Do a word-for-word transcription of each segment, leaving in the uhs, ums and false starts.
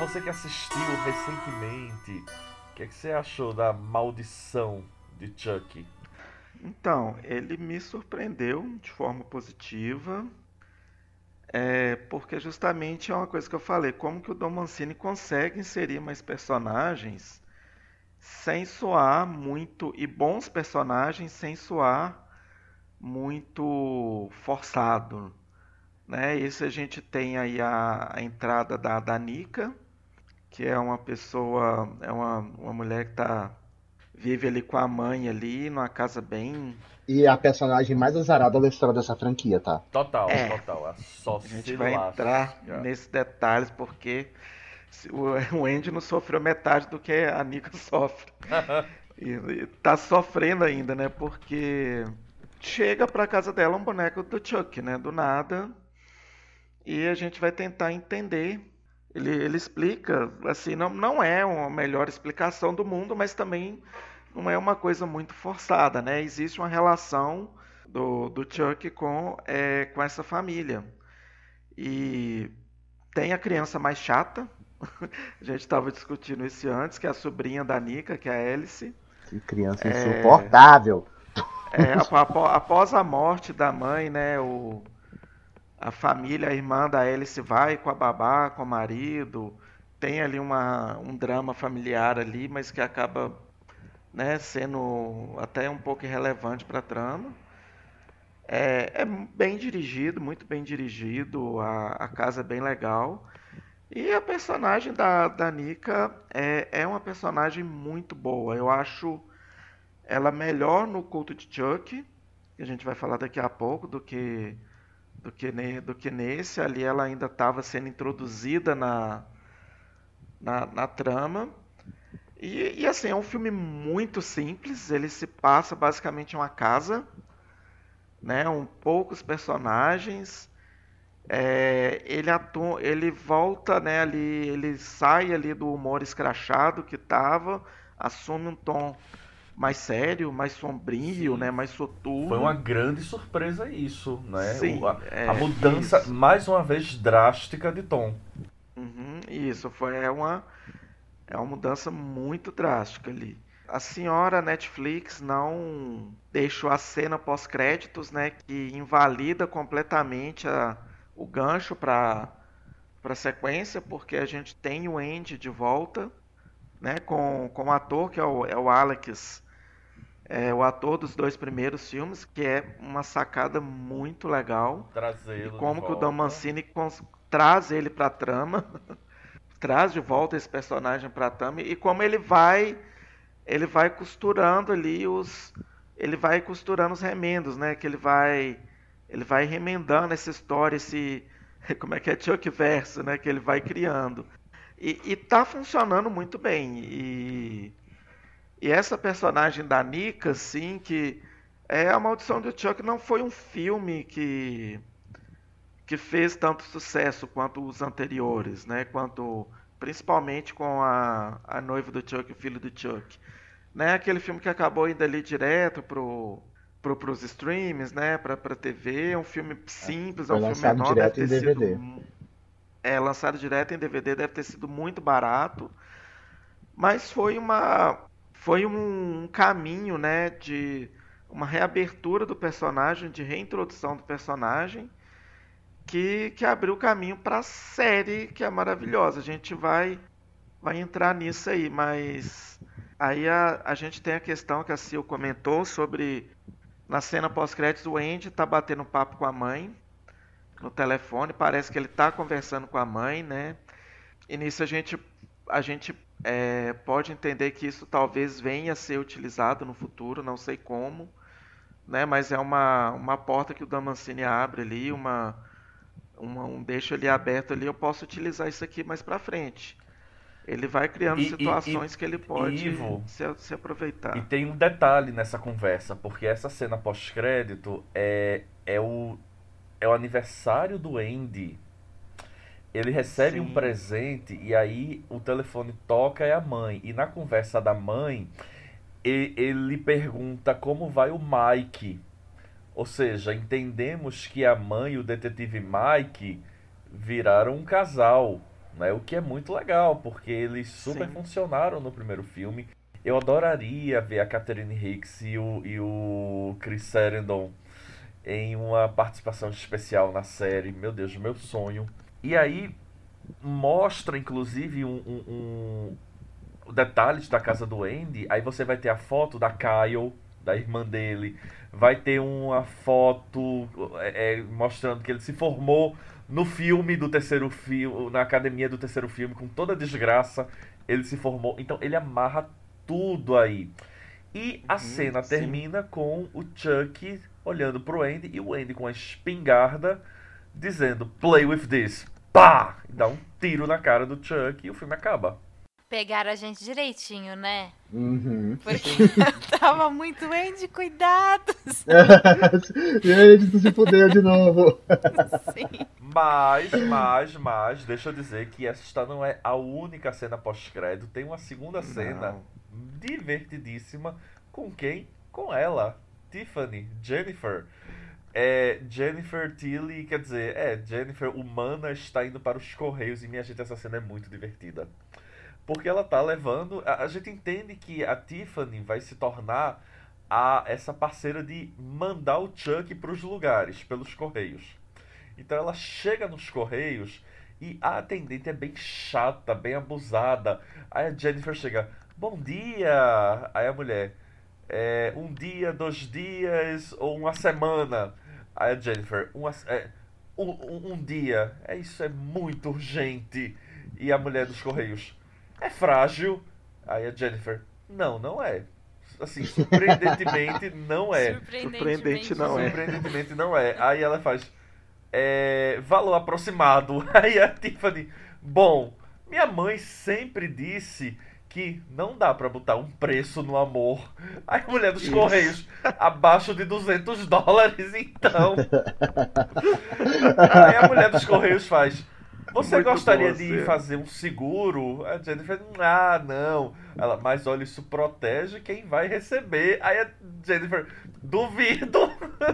você que assistiu recentemente, o que é que você achou da Maldição de Chuck? Então, ele me surpreendeu de forma positiva, é, porque justamente é uma coisa que eu falei, como que o Don Mancini consegue inserir mais personagens sem soar muito, e bons personagens sem soar muito forçado, né? Esse a gente tem aí a, a entrada da Danica, que é uma pessoa, é uma, uma mulher que tá, vive ali com a mãe ali, numa casa bem... E é a personagem mais azarada da história dessa franquia, tá? Total, É, total. A só a gente se vai entrar lasca. nesses detalhes porque o o Andy não sofreu metade do que a Nika sofre. E, e tá sofrendo ainda, né? Porque chega pra casa dela um boneco do Chuck, né? Do nada. E a gente vai tentar entender. Ele, ele explica, assim, não, não é uma melhor explicação do mundo, mas também não é uma coisa muito forçada, né? Existe uma relação do, do Chuck com, é, com essa família. E tem a criança mais chata. A gente estava discutindo isso antes, que é a sobrinha da Nika, que é a Alice. Que criança É, insuportável. é, após a morte da mãe, né, o, a família, a irmã da Alice vai com a babá, com o marido. Tem ali uma, um drama familiar ali, mas que acaba, né, sendo até um pouco irrelevante para a trama. É, é bem dirigido, muito bem dirigido, a, a casa é bem legal. E a personagem da, da Nika é, é uma personagem muito boa. Eu acho ela melhor no Culto de Chuck, que a gente vai falar daqui a pouco, do que, do que, ne, do que nesse. Ali ela ainda estava sendo introduzida na, na, na trama. E, e assim, é um filme muito simples. Ele se passa basicamente em uma casa, né? Um poucos personagens. É, ele, atua, ele volta, né, ali, ele sai ali do humor escrachado que tava, assume um tom mais sério, mais sombrio, Sim, né, mais foi uma soturno. grande surpresa isso, né? O, Sim, a, a é mudança, isso. mais uma vez, drástica de tom. Uhum, isso foi é uma é uma mudança muito drástica ali. A senhora Netflix não deixou a cena pós-créditos, né, que invalida completamente a, o gancho para para sequência, porque a gente tem o Andy de volta, né, com, com o ator que é o, é o Alex, é o ator dos dois primeiros filmes, que é uma sacada muito legal. E Trazê-lo de como que o Dan volta. Mancini cons- traz ele para a trama, traz de volta esse personagem para a trama e como ele vai ele vai costurando ali os ele vai costurando os remendos, né? Que ele vai ele vai remendando essa história, esse como é que é Chuck verso, né? Que ele vai criando e, e tá funcionando muito bem. E, e essa personagem da Nika, sim, que é a Maldição do Chuck não foi um filme que que fez tanto sucesso quanto os anteriores, né? Quanto principalmente com a, a noiva do Chuck, o filho do Chuck, né? Aquele filme que acabou indo ali direto pro, pro pros streams, né? Pra, pra T V, é um filme simples, é Foi um filme lançado menor, deve direto em ter sido D V D. é, lançado direto em D V D, deve ter sido muito barato, mas foi uma foi um caminho, né? De uma reabertura do personagem, de reintrodução do personagem que, que abriu o caminho para a série, que é maravilhosa. A gente vai, vai entrar nisso aí, mas aí a, a gente tem a questão que a Sil comentou sobre na cena pós-créditos o Andy tá batendo papo com a mãe no telefone, parece que ele tá conversando com a mãe, né? E nisso a gente, a gente é, pode entender que isso talvez venha a ser utilizado no futuro, não sei como, né? Mas é uma, uma porta que o Damancini abre ali, uma, uma, um deixo ali aberto ali, eu posso utilizar isso aqui mais pra frente. Ele vai criando E, e, situações que ele e, e pode Ivo, se, se e aproveitar. tem um detalhe nessa conversa, porque essa cena pós-crédito é, é, o, é o aniversário do Andy. Ele recebe um Sim, presente e aí o telefone toca é a mãe. E na conversa da mãe, e- ele pergunta como vai o Mike. Ou seja, entendemos que a mãe e o detetive Mike viraram um casal. né? O que é muito legal, porque eles super Sim. funcionaram no primeiro filme. Eu adoraria ver a Catherine Hicks e o, e o Chris Sarandon em uma participação especial na série. Meu Deus, meu sonho. E aí mostra, inclusive, um, um, um detalhes da casa do Andy. Aí você vai ter a foto da Kyle, da irmã dele. Vai ter uma foto é, é, mostrando que ele se formou no filme do terceiro filme, na academia do terceiro filme, com toda a desgraça. Ele se formou. Então ele amarra tudo aí. E a Uhum, cena sim. termina com o Chuck olhando pro Andy e o Andy com a espingarda dizendo Play with this. Pá! E dá um tiro na cara do Chuck e o filme acaba. Pegaram a gente direitinho, né? Uhum. Porque tava muito Andy, cuidado. E aí, a gente se fudeu de novo. Sim. Mas, mas, mas, deixa eu dizer que esta não é a única cena pós-crédito. Tem uma segunda cena Não. divertidíssima. Com quem? Com ela, Tiffany, Jennifer. É, Jennifer Tilly, quer dizer, é, Jennifer humana está indo para os Correios e minha gente, essa cena é muito divertida. Porque ela tá levando. A, a gente entende que a Tiffany vai se tornar a, essa parceira de mandar o Chuck para os lugares, pelos Correios. Então ela chega nos Correios e a atendente é bem chata, bem abusada. Aí a Jennifer chega, bom dia! Aí a mulher, é, um dia, dois dias ou uma semana? Aí a Jennifer, uma, é, um, um, um dia. É isso, é muito urgente. E a mulher dos Correios, é frágil. Aí a Jennifer, não, não é. Assim, surpreendentemente não é. Surpreendente Surpreendentemente não é. Surpreendentemente não é. Aí ela faz, é, valor aproximado. Aí a Tiffany, bom, minha mãe sempre disse que não dá pra botar um preço no amor. Aí a mulher dos Isso. Correios, abaixo de duzentos dólares, então. Aí a mulher dos Correios faz, você Muito gostaria boa de cena. fazer um seguro? A Jennifer, ah, não. Ela, mas olha, isso protege quem vai receber. Aí a Jennifer, duvido.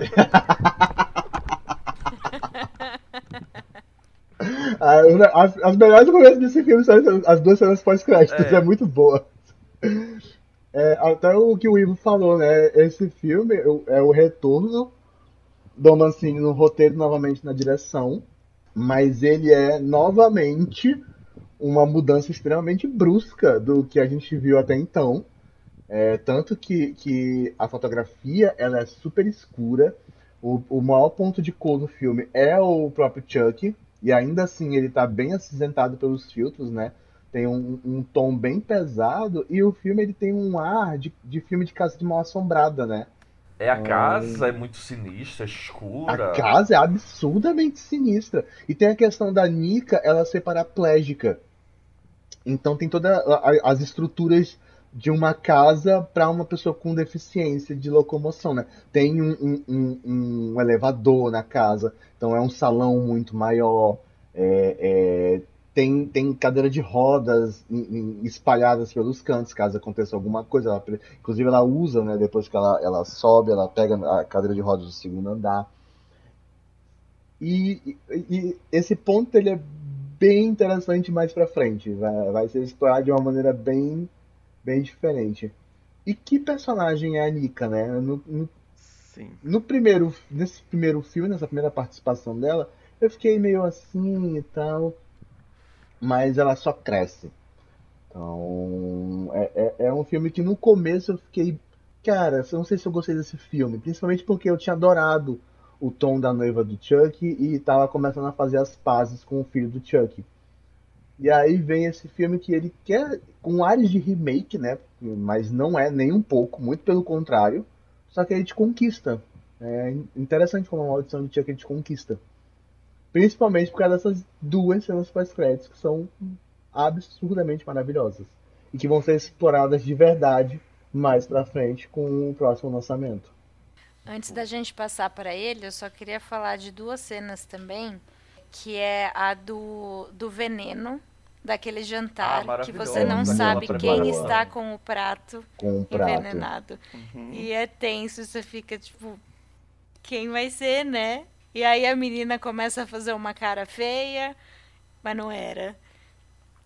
Ah, As, as melhores momentos desse filme são as- as duas cenas pós-créditos, É. é muito boa. É, até o que o Ivo falou, né? Esse filme é o é o retorno do Mancini no roteiro, novamente na direção, mas ele é novamente uma mudança extremamente brusca do que a gente viu até então. É, tanto que, que a fotografia ela é super escura. O, o maior ponto de cor do filme é o próprio Chuck. E ainda assim ele tá bem acinzentado pelos filtros, né? Tem um, um tom bem pesado. E o filme ele tem um ar de, de filme de casa de mal assombrada, né? É, a casa é muito sinistra, A escura. casa é absurdamente sinistra. E tem a questão da Nika ela ser paraplégica. Então tem todas as estruturas de uma casa para uma pessoa com deficiência de locomoção, né? Tem um, um- um- um elevador na casa, então é um salão muito maior. é- é, tem, tem cadeira de rodas em- em- espalhadas pelos cantos, caso aconteça alguma coisa. Ela pre- inclusive ela usa, né? Depois que ela, ela sobe, ela pega a cadeira de rodas do segundo andar. E, e- e esse ponto ele é bem interessante mais pra frente. Vai, vai ser explorado de uma maneira bem, bem diferente. E que personagem é a Nika, né? No, no, Sim. no primeiro, nesse primeiro filme, nessa primeira participação dela, eu fiquei meio assim e tal, mas ela só cresce. Então, é, é, é um filme que no começo eu fiquei, cara, eu não sei se eu gostei desse filme, principalmente porque eu tinha adorado o tom da noiva do Chuck e tava começando a fazer as pazes com o filho do Chuck. E aí vem esse filme que ele quer, com áreas de remake, né? Mas não é nem um pouco, muito pelo contrário. Só que ele te conquista. É interessante como a maldição do Chuck ele te conquista. Principalmente por causa dessas duas cenas pós-créditos que são absurdamente maravilhosas. E que vão ser exploradas de verdade mais pra frente com o próximo lançamento. Antes da gente passar para ele, eu só queria falar de duas cenas também, que é a do, do veneno, daquele Ah, jantar, que maravilhosa, você não aquela sabe quem preparação. está com o prato Com um prato. envenenado. E é tenso, você fica tipo, quem vai ser, né? E aí a menina começa a fazer uma cara feia, mas não era.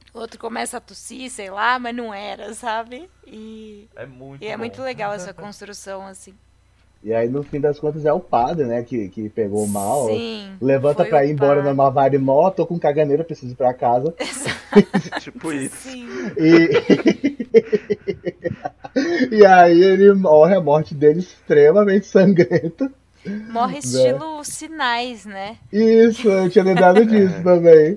O outro começa a tossir, sei lá, mas não era, sabe? E, É muito e é bom. muito legal essa construção, assim. E aí, no fim das contas, é o padre, né, que, que pegou mal. Sim, Levanta foi pra o ir embora padre. numa vibe mó, tô com caganeira, preciso ir pra casa. Tipo isso. Sim. E, e aí ele morre a morte dele extremamente sangrenta. Morre Né? estilo Sinais, né? Isso, eu tinha lembrado disso É. também.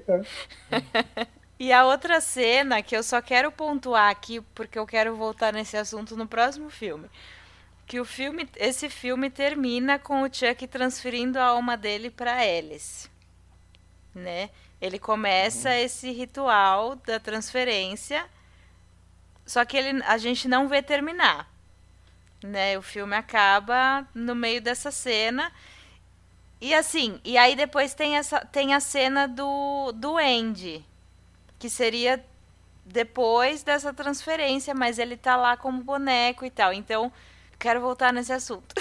E a outra cena que eu só quero pontuar aqui, porque eu quero voltar nesse assunto no próximo filme. Que o filme, esse filme termina com o Chuck transferindo a alma dele pra Alice, né? Ele começa Uhum. esse ritual da transferência, só que ele, a gente não vê terminar, né? O filme acaba no meio dessa cena. E assim, e aí depois tem, essa, tem a cena do, do Andy, que seria depois dessa transferência, mas ele tá lá como boneco e tal. Então, quero voltar nesse assunto.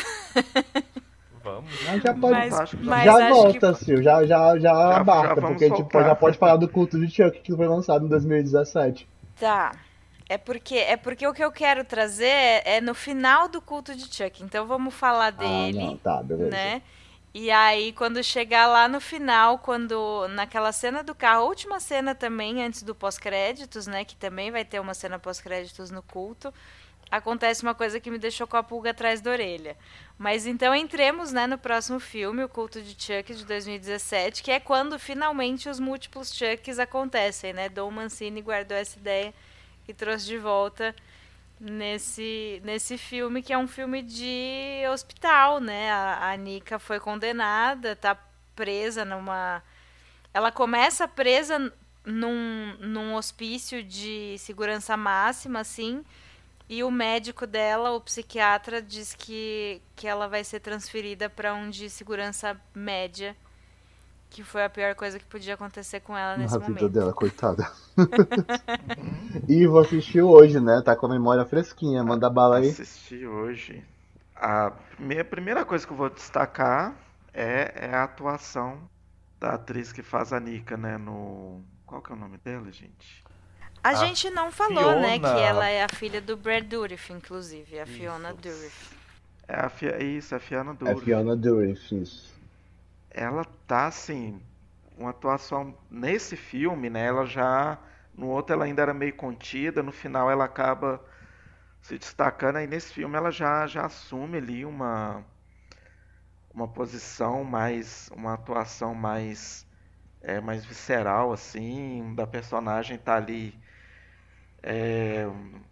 Vamos. Mas já pode. Mas, Fantástico. Já, mas Já acho que. volta, Sil, já, já, já já, já abarca, vamos porque tipo, já soltar. pode falar do culto de Chuck que foi lançado em dois mil e dezessete. Tá. É porque, é porque o que eu quero trazer é, é no final do culto de Chuck. Então vamos falar Ah, não, dele, tá, beleza. né? E aí, quando chegar lá no final, quando naquela cena do carro, a última cena também, antes do pós-créditos, né? Que também vai ter uma cena pós-créditos no culto, acontece uma coisa que me deixou com a pulga atrás da orelha. Mas então entremos, né, no próximo filme, O Culto de Chuck, de dois mil e dezessete, que é quando finalmente os múltiplos Chucks acontecem, né? Dom Mancini guardou essa ideia e trouxe de volta nesse, nesse filme, que é um filme de hospital, né? A, a Nika foi condenada, tá presa numa... Ela começa presa num, num hospício de segurança máxima, assim, e o médico dela, o psiquiatra, diz que, que ela vai ser transferida para um de segurança média, que foi a pior coisa que podia acontecer com ela nesse Na vida momento. dela, coitada. Uhum. E você assistiu hoje, né? Tá com a memória fresquinha, manda bala aí. Assisti hoje. A minha primeira coisa que eu vou destacar é, é a atuação da atriz que faz a Nika, né? No. Qual que é o nome dela, gente? A A gente não falou, né, que Fiona. ela é a filha do Brad Dourif, inclusive, a Fiona Isso. Dourif. É a Fia... Isso, a Fiona É Dourif. Fiona Dourif, isso. Ela tá assim, uma atuação nesse filme, né? Ela já no outro ela ainda era meio contida, no final ela acaba se destacando, aí nesse filme ela já já assume ali uma uma posição mais, uma atuação mais é, mais visceral assim, da personagem tá ali é,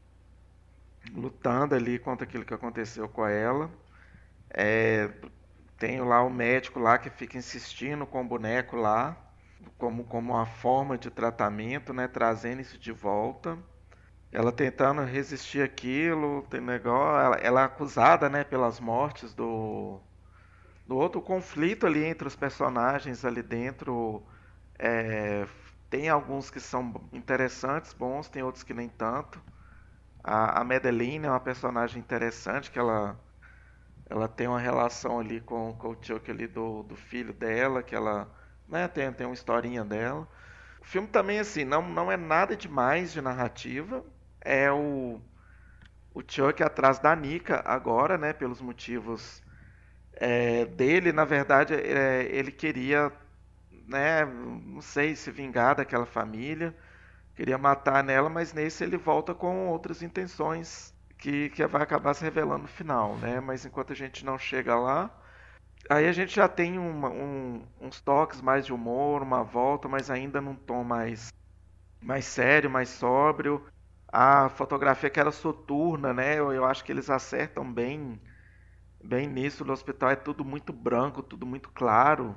lutando ali contra aquilo que aconteceu com ela. É, tem lá o médico lá que fica insistindo com o boneco lá, como, como uma forma de tratamento, né? Trazendo isso de volta. Ela tentando resistir aquilo, tem negócio. Ela, ela é acusada, né, pelas mortes do, do outro conflito ali entre os personagens ali dentro. É, tem alguns que são interessantes, bons, tem outros que nem tanto. A, a Madeline é uma personagem interessante, que ela ela tem uma relação ali com, com o Chuck ali do, do filho dela, que ela, né, tem, tem uma historinha dela. O filme também, assim, não, não é nada demais de narrativa. É o, o Chuck atrás da Nika agora, né, pelos motivos é, dele. Na verdade, é, ele queria, né, não sei, se vingar daquela família. Queria matar nela, mas nesse ele volta com outras intenções que, que vai acabar se revelando no final, né? Mas enquanto a gente não chega lá, aí a gente já tem uma, um, uns toques mais de humor, uma volta, mas ainda num tom mais, mais sério, mais sóbrio. A fotografia que era soturna, né? Eu, eu acho que eles acertam bem, bem nisso. No hospital é tudo muito branco, tudo muito claro.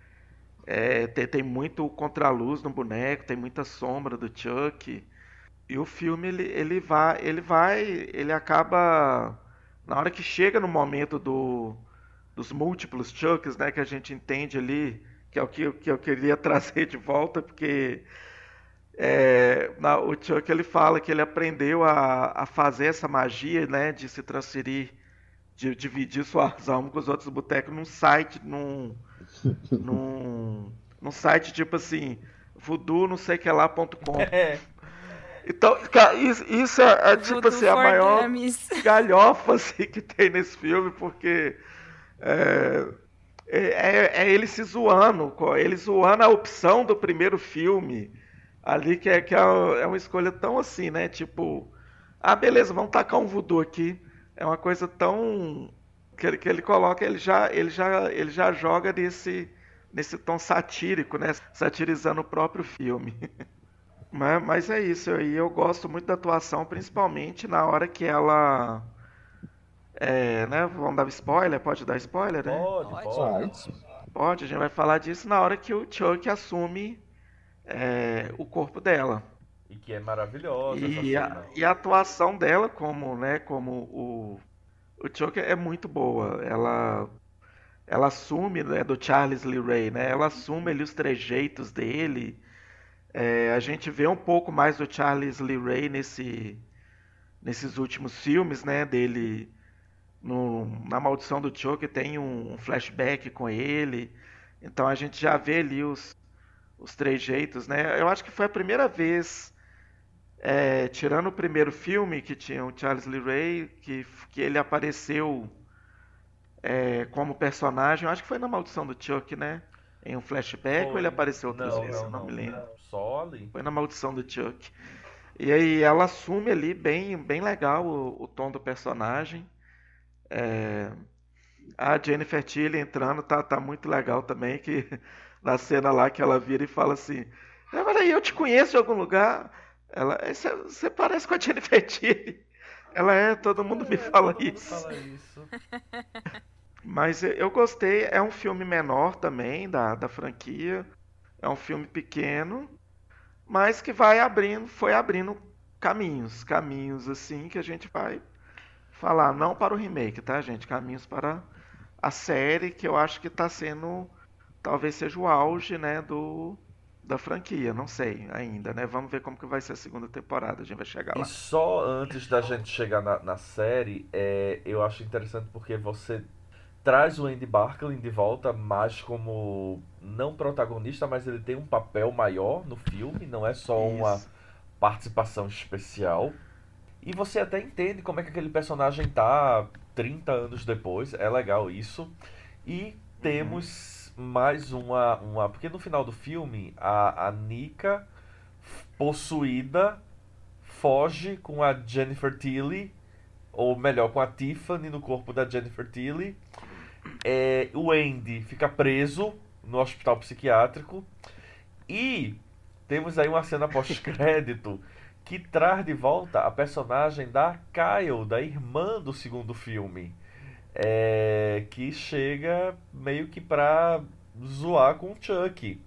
É, tem, tem muito contraluz no boneco, tem muita sombra do Chuck. E o filme ele, ele vai, ele vai, ele acaba na hora que chega no momento do, dos múltiplos Chucks, né, que a gente entende ali, que é o que, que eu queria trazer de volta, porque é, na, o Chuck ele fala que ele aprendeu a, a fazer essa magia, né, de se transferir, de dividir suas almas com os outros botecos num site, num, num, num site tipo assim, voodoo não sei que lá ponto com. É. Então, cara, isso, isso é, é tipo Voodoo assim, a for maior Dummies. galhofa assim, que tem nesse filme, porque é, é, é ele se zoando, co- ele zoando a opção do primeiro filme ali, que é, que é, é uma escolha tão assim, né? Tipo, ah, beleza, vamos tacar um voodoo aqui. É uma coisa tão que ele, que ele coloca, ele já, ele já, ele já joga nesse, nesse tom satírico, né? Satirizando o próprio filme. Mas, mas é isso, e eu gosto muito da atuação, principalmente na hora que ela. É, né? Vamos dar spoiler? Pode dar spoiler, né? Pode, Pode. pode. Pode. Pode, a gente vai falar disso na hora que o Chuck assume é, o corpo dela. E que é maravilhosa essa E a, cena. e a atuação dela como, né, como o, o Chuck é muito boa. Ela, ela assume, né, do Charles Lee Ray, né? Ela assume ali os trejeitos dele. É, a gente vê um pouco mais do Charles Lee Ray nesse, nesses últimos filmes, né? Dele no, na Maldição do Chuck tem um, um flashback com ele. Então a gente já vê ali os, os trejeitos, né? Eu acho que foi a primeira vez, é, tirando o primeiro filme que tinha o Charles Lee Ray, que, que ele apareceu é, como personagem. Eu acho que foi na Maldição do Chuck, né? Em um flashback ou Foi. ele apareceu outras Não, vezes? não, Eu não não. me lembro. Só ali. Foi na Maldição do Chuck. E aí ela assume ali bem, bem legal o, o tom do personagem. É, a Jennifer Tilly entrando tá, tá muito legal também, que na cena lá que ela vira e fala assim, "Ah, mas aí eu te conheço de algum lugar." Ela, você, você parece com a Jennifer Tilly. Ela é, todo mundo me É, fala todo mundo isso. fala isso. Mas eu- eu gostei, é um filme menor também da, da franquia. É um filme pequeno, mas que vai abrindo, foi abrindo caminhos, caminhos assim que a gente vai falar, não para o remake, tá, gente? Caminhos para a série, que eu acho que está sendo, talvez seja o auge, né, do da franquia, não sei ainda, né? Vamos ver como que vai ser a segunda temporada, a gente vai chegar E lá. só antes da gente chegar na, na série, é, eu acho interessante porque você traz o Andy Barclay de volta, mais como não protagonista, mas ele tem um papel maior no filme, não é só uma Isso. participação especial. E você até entende como é que aquele personagem tá trinta anos depois, é legal isso. E temos mais uma, uma. Porque no final do filme, a, a Nika, possuída, foge com a Jennifer Tilly, ou melhor, com a Tiffany no corpo da Jennifer Tilly. É, o Andy fica preso no hospital psiquiátrico. E temos aí uma cena pós-crédito que traz de volta a personagem da Kyle, da irmã do segundo filme. É, que chega meio que pra zoar com o Chuck.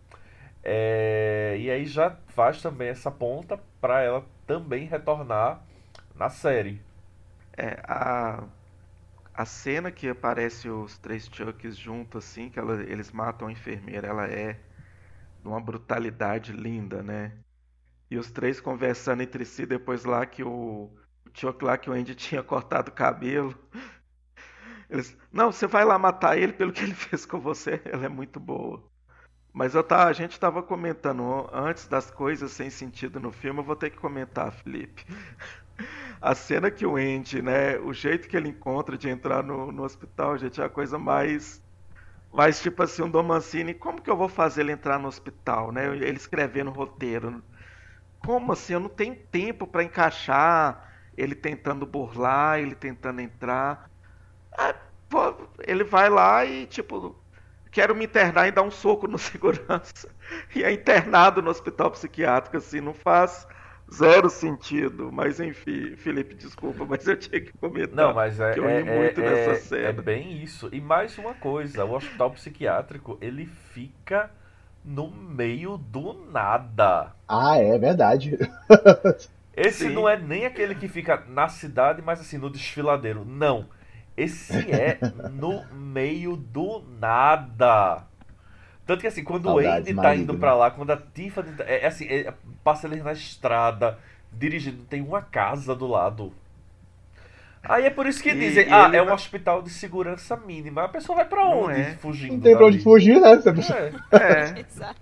É, e aí já faz também essa ponta pra ela também retornar na série. É, a, a cena que aparece os três Chucks juntos, assim, que ela- eles matam a enfermeira, ela é de uma brutalidade linda, né? E os três conversando entre si, depois lá que o, o Chuck lá que o Andy tinha cortado o cabelo. Eles, não, você vai lá matar ele pelo que ele fez com você, ela é muito boa. Mas eu tá, a gente tava comentando antes das coisas sem sentido no filme, eu vou ter que comentar, Felipe. A cena que o Andy, né, o jeito que ele encontra de entrar no, no hospital, gente, é a coisa mais, mais tipo assim, um Dom Mancini, como que eu vou fazer ele entrar no hospital, né? Ele escrevendo o roteiro. Como assim? Eu não tenho tempo pra encaixar ele tentando burlar, ele tentando entrar. Ah, pô, ele vai lá e, tipo, quero me internar e dar um soco no segurança. E é internado no hospital psiquiátrico, assim, não faz zero sentido. Mas enfim, Felipe, desculpa, mas eu tinha que Não, comentar mas é, que eu ri é, muito é, nessa é, é cena. bem isso. E mais uma coisa, o hospital psiquiátrico, ele fica no meio do nada. Ah, é verdade. Esse Sim. não é nem aquele que fica na cidade, mas assim, no desfiladeiro. Não. Esse é no meio do nada. Tanto que assim, quando o Saudades, Andy tá marido, indo né? pra lá, quando a Tiffany. tá- É, é assim, é- passa ele na estrada, dirigindo, tem uma casa do lado. Aí é por isso que E, dizem, e ah, ele é um vai- hospital de segurança mínima. A pessoa vai pra Não onde é. fugindo Não tem pra onde dali? fugir, né? Você- É. É, Exato.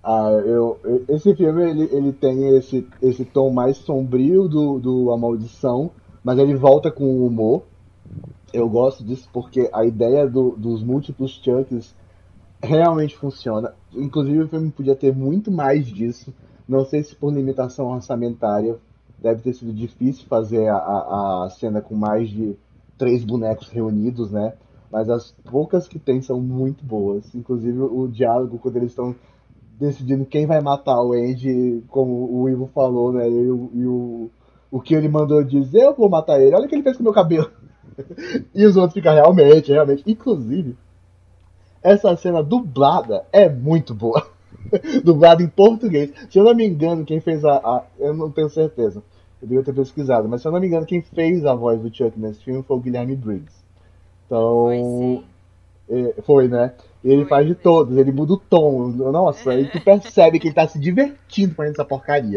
Ah, eu, eu- esse filme ele, ele tem esse, esse tom mais sombrio do, do A Maldição, mas ele volta com o humor. Eu gosto disso porque a ideia do- dos múltiplos Chucks realmente funciona. Inclusive o filme podia ter muito mais disso. Não sei se por limitação orçamentária deve ter sido difícil fazer a, a, a cena com mais de três bonecos reunidos, né? Mas as poucas que tem são muito boas. Inclusive o diálogo quando eles estão decidindo quem vai matar o Andy, como o Ivo falou, né? E, o, e o, o que ele mandou dizer, eu vou matar ele. Olha o que ele fez com o meu cabelo. E os outros ficam realmente, realmente. Inclusive, essa cena dublada é muito boa. Dublada em português. Se eu não me engano, quem fez a, a. Eu não tenho certeza. Eu devia ter pesquisado. Mas se eu não me engano, quem fez a voz do Chuck nesse filme foi o Guilherme Briggs. Foi Então. sim. é, Foi, né? E ele Foi faz de ele mesmo. todos, ele muda o tom. Nossa, aí tu percebe que ele tá se divertindo fazendo essa porcaria.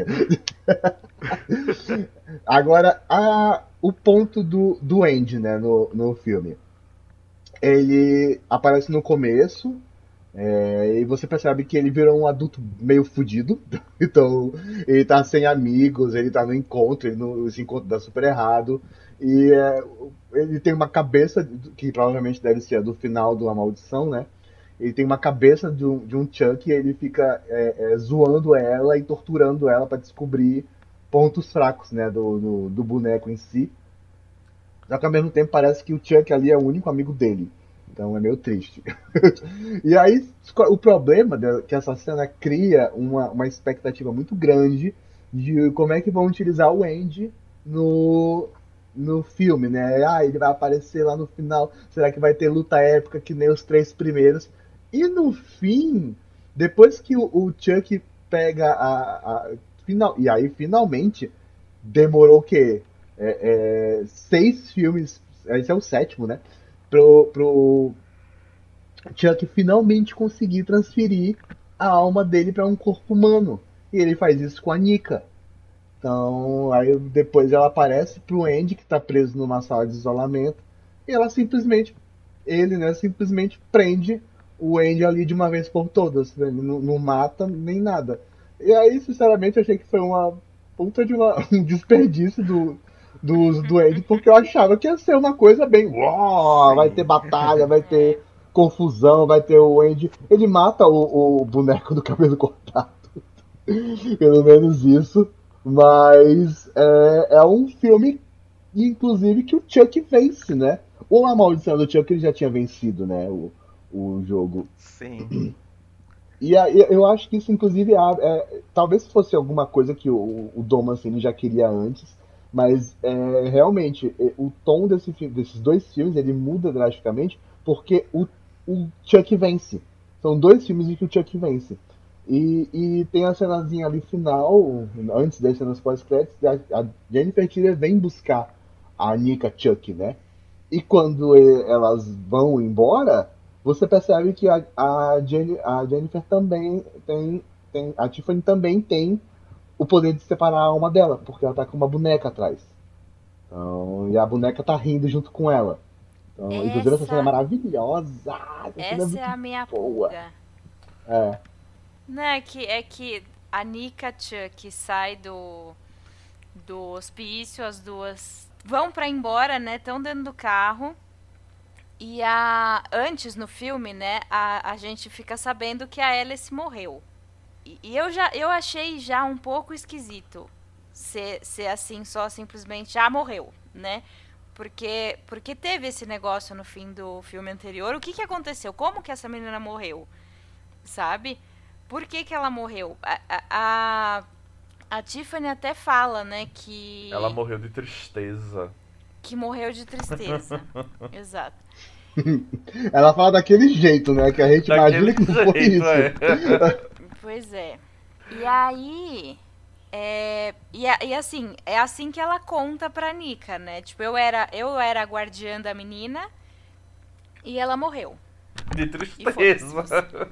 Agora, a, o ponto do, do Andy, né, no, no filme. Ele aparece no começo, é, e você percebe que ele virou um adulto meio fudido. Então, ele tá sem amigos, ele tá no encontro, ele no, esse encontro dá super errado. E é, ele tem uma cabeça, que provavelmente deve ser a do final do A Maldição, né? Ele tem uma cabeça de um, de um Chuck e ele fica é, é, zoando ela e torturando ela pra descobrir pontos fracos, né, do, do, do boneco em si. Só que ao mesmo tempo parece que o Chuck ali é o único amigo dele. Então é meio triste. E aí o problema é que essa cena cria uma, uma expectativa muito grande de como é que vão utilizar o Andy no, no filme, né? Ah, ele vai aparecer lá no final. Será que vai ter luta épica que nem os três primeiros? E no fim, depois que o, o Chuck pega a, a final, e aí finalmente demorou o quê? É, é, seis filmes, esse é o sétimo, né? Pro, pro Chuck finalmente conseguir transferir a alma dele para um corpo humano. E ele faz isso com a Nika. Então, aí depois ela aparece pro Andy, que tá preso numa sala de isolamento, e ela simplesmente, ele, né, simplesmente prende o Andy ali de uma vez por todas. Ele não, não mata nem nada. E aí, sinceramente, eu achei que foi uma puta de uma, um desperdício do, do uso do Andy, porque eu achava que ia ser uma coisa bem. Uau, vai ter Sim. batalha, vai É. ter confusão, vai ter o Andy. Ele mata o, o boneco do cabelo cortado. Pelo menos isso. Mas é, é um filme, inclusive, que o Chuck vence, né? Ou a maldição do Chuck ele já tinha vencido, né? O, o jogo. Sim. E aí, eu acho que isso, inclusive, é, é, talvez fosse alguma coisa que o, o Dom Mancini já queria antes, mas é, realmente é, o tom desse, fi- desses dois filmes ele muda drasticamente porque o, o Chuck vence. São dois filmes em que o Chuck vence. E, e tem a cenazinha ali final, antes das cenas pós-créditos, a, a Jennifer Tilly vem buscar a Nika Chuck, né? E quando e- elas vão embora, você percebe que a, a, Jenny- a Jennifer também tem, tem. A Tiffany também tem o poder de separar a alma dela, porque ela tá com uma boneca atrás. Então, e a boneca tá rindo junto com ela. Então, inclusive essa cena é Essa, maravilhosa. Essa cena é essa é muito a minha boa. pulga. É. Não, é que, é que a Nika Chuck sai do, do hospício, as duas vão pra ir embora, né? Estão dentro do carro. E a, antes no filme, né, a, a gente fica sabendo que a Alice morreu. E, e eu já eu achei já um pouco esquisito ser, ser assim, só simplesmente, ah, morreu, né? Porque, porque teve esse negócio no fim do filme anterior. O que, que aconteceu? Como que essa menina morreu? Sabe? Por que, que ela morreu? A, a, a, a Tiffany até fala, né, Ela que, morreu de tristeza. que morreu de tristeza. Exato. Ela fala daquele jeito, né? Que a gente Daquele imagina que não foi jeito, isso. é. Pois é. E aí. É, e, a- e assim, é assim que ela conta pra Nika, né? Tipo, eu era, eu era a guardiã da menina e ela morreu. De E foda-se tristeza. você.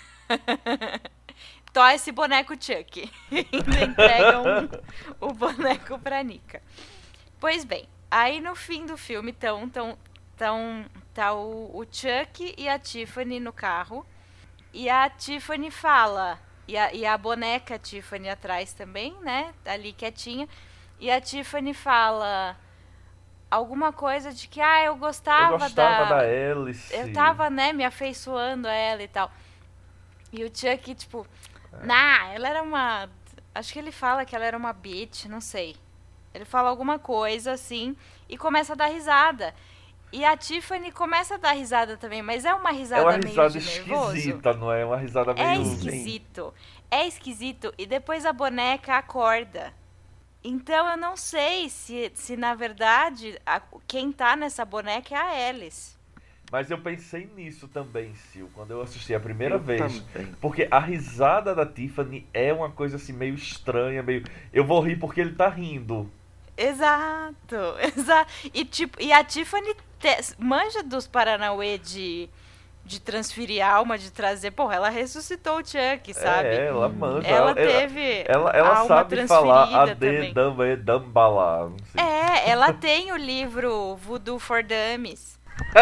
Tó esse boneco Chuck. Ainda entregam o boneco pra Nika. Pois bem, aí no fim do filme tão, tão, tão, tá o, o Chuck e a Tiffany no carro. E a Tiffany fala: E a, e a boneca Tiffany atrás também, né? Ali quietinha. E a Tiffany fala alguma coisa de que, ah, eu gostava, Eu gostava da... da Alice. Eu tava, né, me afeiçoando a ela e tal. E o Chuck, tipo, nah, ela era uma... Acho que ele fala que ela era uma bitch, não sei. Ele fala alguma coisa, assim, e começa a dar risada. E a Tiffany começa a dar risada também, mas é uma risada É uma meio risada de nervoso. esquisita, não é? Uma risada É meio... esquisito. É esquisito. E depois a boneca acorda. Então eu não sei se, se na verdade, a, quem tá nessa boneca é a Alice. Mas eu pensei nisso também, Sil, quando eu assisti a primeira Eu vez. também. Porque a risada da Tiffany é uma coisa assim meio estranha, meio... Eu vou rir porque ele tá rindo. Exato, exato. E, tipo, e a Tiffany te, manja dos Paranauê de, de transferir alma, de trazer... Porra, ela ressuscitou o Chuck, sabe? É, ela manja. Ela ela, teve ela, ela alma sabe transferida falar a de também. damba, dambala. Não sei. É, ela tem o livro Voodoo for Dummies.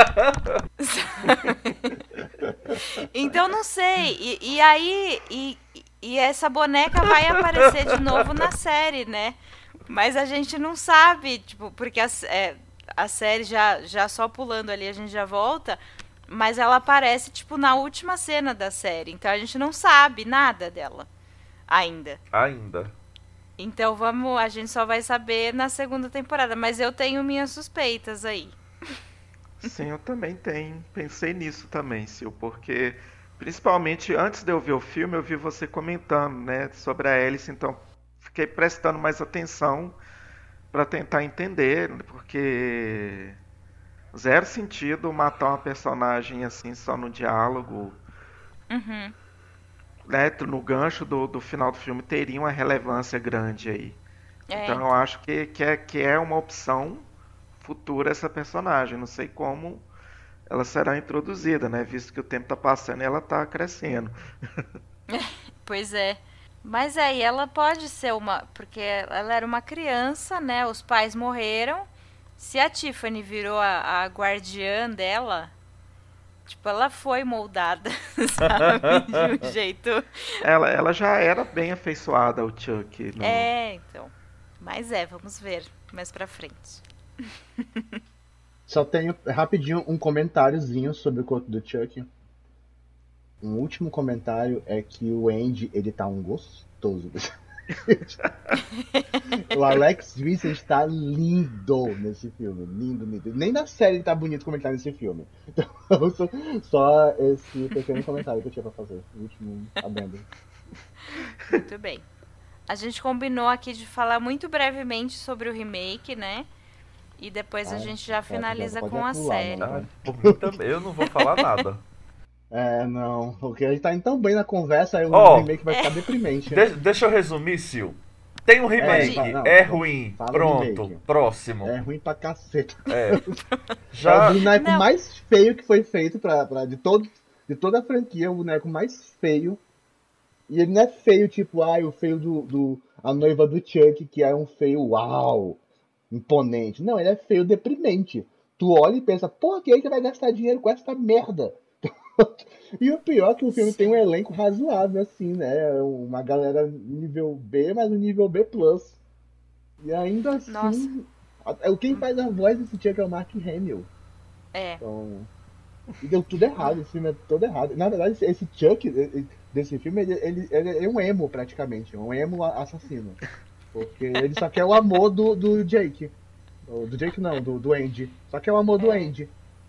Então não sei. E, e aí, e, e essa boneca vai aparecer de novo na série, né? Mas a gente não sabe, tipo, porque a, é, a série já, já só pulando ali, a gente já volta. Mas ela aparece, tipo, na última cena da série. Então a gente não sabe nada dela ainda. Ainda. Então vamos, a gente só vai saber na segunda temporada. Mas eu tenho minhas suspeitas aí. Sim, eu também tenho. Pensei nisso também, Sil, porque principalmente antes de eu ver o filme, eu vi você comentando, né, sobre a Alice, então fiquei prestando mais atenção para tentar entender, porque zero sentido matar uma personagem assim só no diálogo, Uhum. né, no gancho do, do final do filme teria uma relevância grande aí. É, Então eu acho que, que, é, que é uma opção futura essa personagem. Não sei como ela será introduzida, né? Visto que o tempo tá passando e ela tá crescendo. pois é. Mas aí ela pode ser uma... Porque ela era uma criança, né? Os pais morreram. Se a Tiffany virou a, a guardiã dela... Tipo, ela foi moldada, sabe? De um jeito... Ela, ela já era bem afeiçoada ao Chuck. No... É, então. Mas é, vamos ver mais pra frente. Só tenho rapidinho um comentáriozinho sobre o conto do Chuck. Um último comentário é que o Andy, ele tá um gostoso. O Alex Vincent está lindo nesse filme. Lindo, lindo. Nem na série ele tá bonito como ele tá nesse filme. Então, só, só esse pequeno comentário que eu tinha pra fazer. O último adendo. Muito bem. A gente combinou aqui de falar muito brevemente sobre o remake, né? E depois a Ah, gente já é, finaliza pode com a pular, série. não, Ah, por mim também, eu não vou falar nada. É, não. Porque a gente tá indo tão bem na conversa, aí o Ó, remake vai ficar deprimente. De- deixa eu resumir, Sil. Tem um remake, É, não, é não. ruim, Fala pronto, remake. próximo. É ruim pra caceta. É. É Já, o boneco Não. mais feio que foi feito pra, pra, de, todo, de toda a franquia, o boneco mais feio. E ele não é feio, tipo, ai, o feio do, do. A noiva do Chuck, que é um feio, uau, imponente. Não, ele é feio deprimente. Tu olha e pensa, por que que vai gastar dinheiro com essa merda? E o pior é que o filme tem um elenco razoável, assim, né? Uma galera nível B, mas um nível B plus. E ainda assim. Nossa. a- Quem faz a voz desse Chuck é o Mark Hamill. É. Então. E deu tudo errado, esse filme é todo errado. Na verdade, esse- esse Chuck ele- desse filme, ele, ele, ele é um emo praticamente, um emo a- assassino. Porque ele só quer o amor do, do Jake. Ou do Jake não, do, do Andy. Só quer o amor do É. Andy.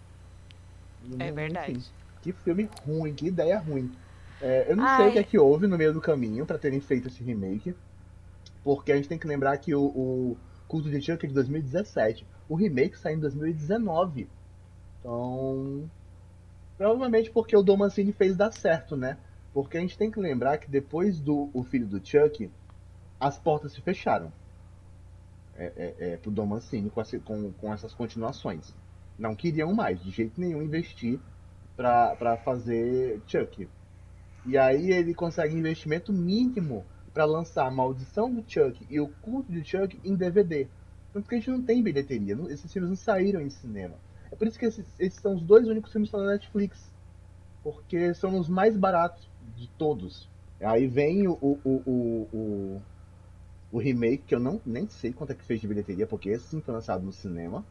É verdade. Enfim, que filme ruim, que ideia ruim. É, eu não sei Ai. o que é que houve no meio do caminho pra terem feito esse remake. Porque a gente tem que lembrar que o, o Culto de Chuck é de dois mil e dezessete. O remake saiu em dois mil e dezenove. Então. Provavelmente porque o Dom Mancini fez dar certo, né? Porque a gente tem que lembrar que depois do O Filho do Chuck, as portas se fecharam. É, é, é, pro Dom Mancini com, essa- com, com essas continuações. Não queriam mais, de jeito nenhum, investir pra, pra fazer Chuck. E aí ele consegue investimento mínimo pra lançar a Maldição do Chuck e o Culto de Chuck em D V D. Tanto que a gente não tem bilheteria, não- esses filmes não saíram em cinema. É por isso que esses, esses são os dois únicos filmes que estão na Netflix. Porque são os mais baratos de todos. Aí vem o, o, o, o, o, o remake, que eu não, nem sei quanto é que fez de bilheteria, porque esse sim foi lançado no cinema.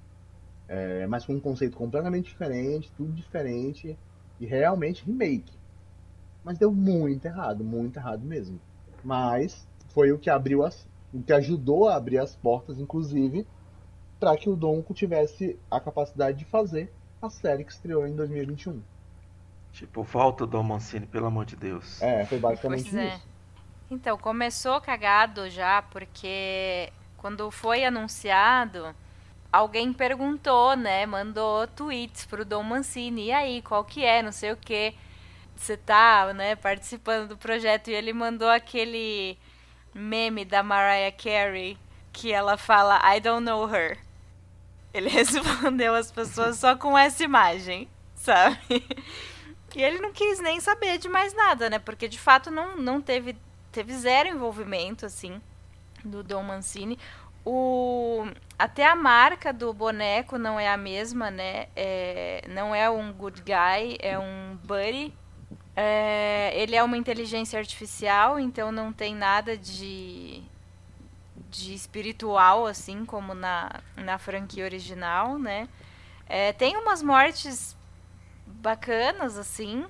É, mas com um conceito completamente diferente, tudo diferente. E realmente remake. Mas deu muito errado, muito errado mesmo. Mas foi o que abriu as, o que ajudou a abrir as portas, inclusive, para que o Donko tivesse a capacidade de fazer a série que estreou em dois mil e vinte e um. Tipo, volta o Dom Mancini, pelo amor de Deus. É, foi Pois basicamente é. isso. Então, começou cagado já, porque quando foi anunciado, alguém perguntou, né? Mandou tweets pro Dom Mancini. E aí, qual que é? Não sei o quê. Você tá, né, participando do projeto. E ele mandou aquele meme da Mariah Carey que ela fala I don't know her. Ele respondeu as pessoas só com essa imagem, sabe? E ele não quis nem saber de mais nada, né? Porque de fato não, não teve, teve zero envolvimento, assim, do Dom Mancini. O, até a marca do boneco não é a mesma, né? É, não é um good guy, é um buddy. É, ele é uma inteligência artificial, então não tem nada de, de espiritual, assim como na, na franquia original, né? É, tem umas mortes bacanas, assim,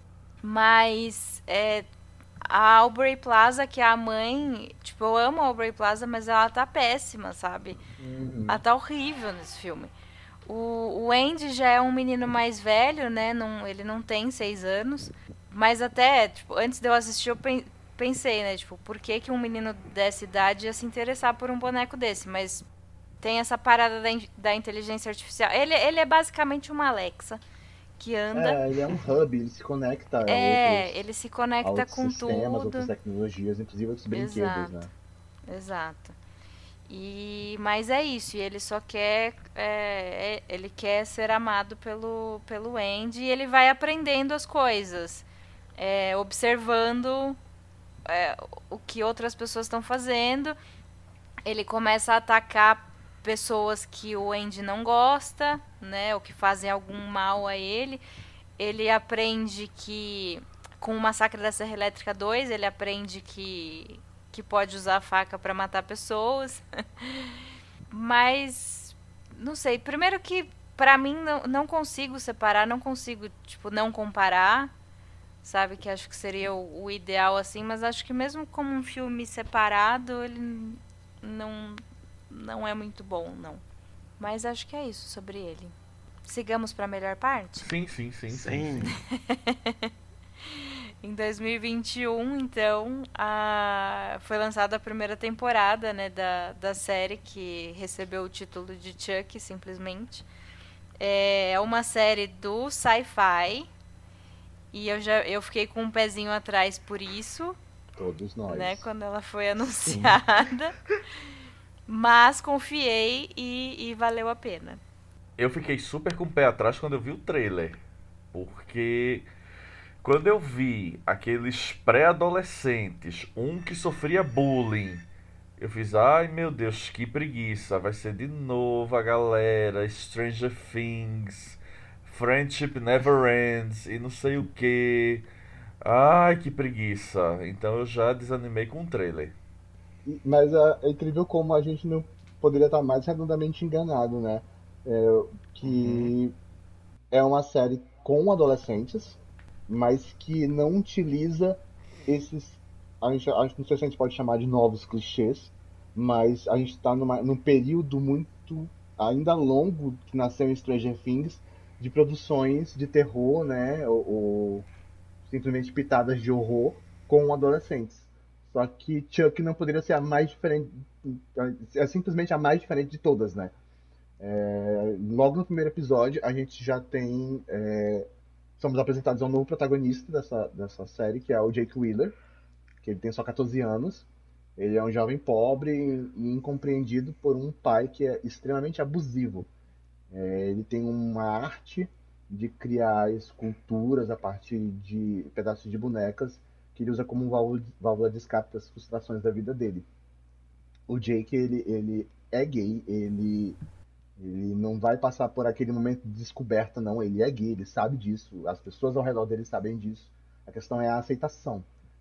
mas é, a Aubrey Plaza, que é a mãe, tipo, eu amo a Aubrey Plaza, mas ela tá péssima, sabe? Ela Uhum. tá horrível nesse filme. O, o Andy já é um menino mais velho, né? Não, ele não tem seis anos. Mas até, tipo, antes de eu assistir, eu pensei, né? Tipo, por que, que um menino dessa idade ia se interessar por um boneco desse? Mas tem essa parada da, da inteligência artificial. Ele, ele é basicamente uma Alexa que anda. É, ele é um hub, ele se conecta a É, outros, ele se a conecta outros com sistemas, outras tudo. tecnologias, inclusive outros brinquedos, Exato, né? exato. E, mas é isso, e ele só quer. É, é- ele quer ser amado pelo, pelo Andy e ele vai aprendendo as coisas. É, observando é, o que outras pessoas estão fazendo. Ele começa a atacar pessoas que o Andy não gosta, né? Ou que fazem algum mal a ele. Ele aprende que. Com o Massacre da Serra Elétrica dois, ele aprende que, que pode usar a faca para matar pessoas. Mas. Não sei. Primeiro que. Pra mim, não, não consigo separar, não consigo, tipo, não comparar, sabe? Que acho que seria o, o ideal, assim, mas acho que mesmo como um filme separado, ele não, não é muito bom, não. Mas acho que é isso sobre ele. Sigamos para a melhor parte? Sim, sim, sim, sim, Sim. sim. Em dois mil e vinte e um, então, a... foi lançada a primeira temporada, né, da, da série, que recebeu o título de Chuck, simplesmente. É uma série do Sci-Fi, e eu já eu fiquei com um pezinho atrás por isso, Todos né, nós. quando ela foi Sim. anunciada. Mas confiei e, e valeu a pena. Eu fiquei super com o pé atrás quando eu vi o trailer. Porque quando eu vi aqueles pré-adolescentes, um que sofria bullying, eu fiz, ai meu Deus, que preguiça. Vai ser de novo a galera, Stranger Things, Friendship Never Ends e não sei o que. Ai, que preguiça. Então eu já desanimei com o trailer. E- Mas é, é incrível como a gente não poderia estar mais redondamente enganado, né? É, Uhum. que é uma série com adolescentes, mas que não utiliza esses. A gente, a gente não sei se a gente pode chamar de novos clichês, mas a gente está num período muito ainda longo que nasceu em Stranger Things de produções de terror, né? Ou, ou simplesmente pitadas de horror com adolescentes. Só que Chuck não poderia ser a mais diferente. É simplesmente a mais diferente de todas, né? É, logo no primeiro episódio, a gente já tem. É, somos apresentados a um novo protagonista dessa, dessa série, que é o Jake Wheeler, que ele tem só catorze anos. Ele é um jovem pobre e incompreendido por um pai que é extremamente abusivo. É, ele tem uma arte de criar esculturas a partir de pedaços de bonecas que ele usa como válvula, válvula de escape das frustrações da vida dele. O Jake, ele, ele é gay, ele ele não vai passar por aquele momento de descoberta, não. Ele é gay, ele sabe disso. As pessoas ao redor dele sabem disso. A questão é a aceitação.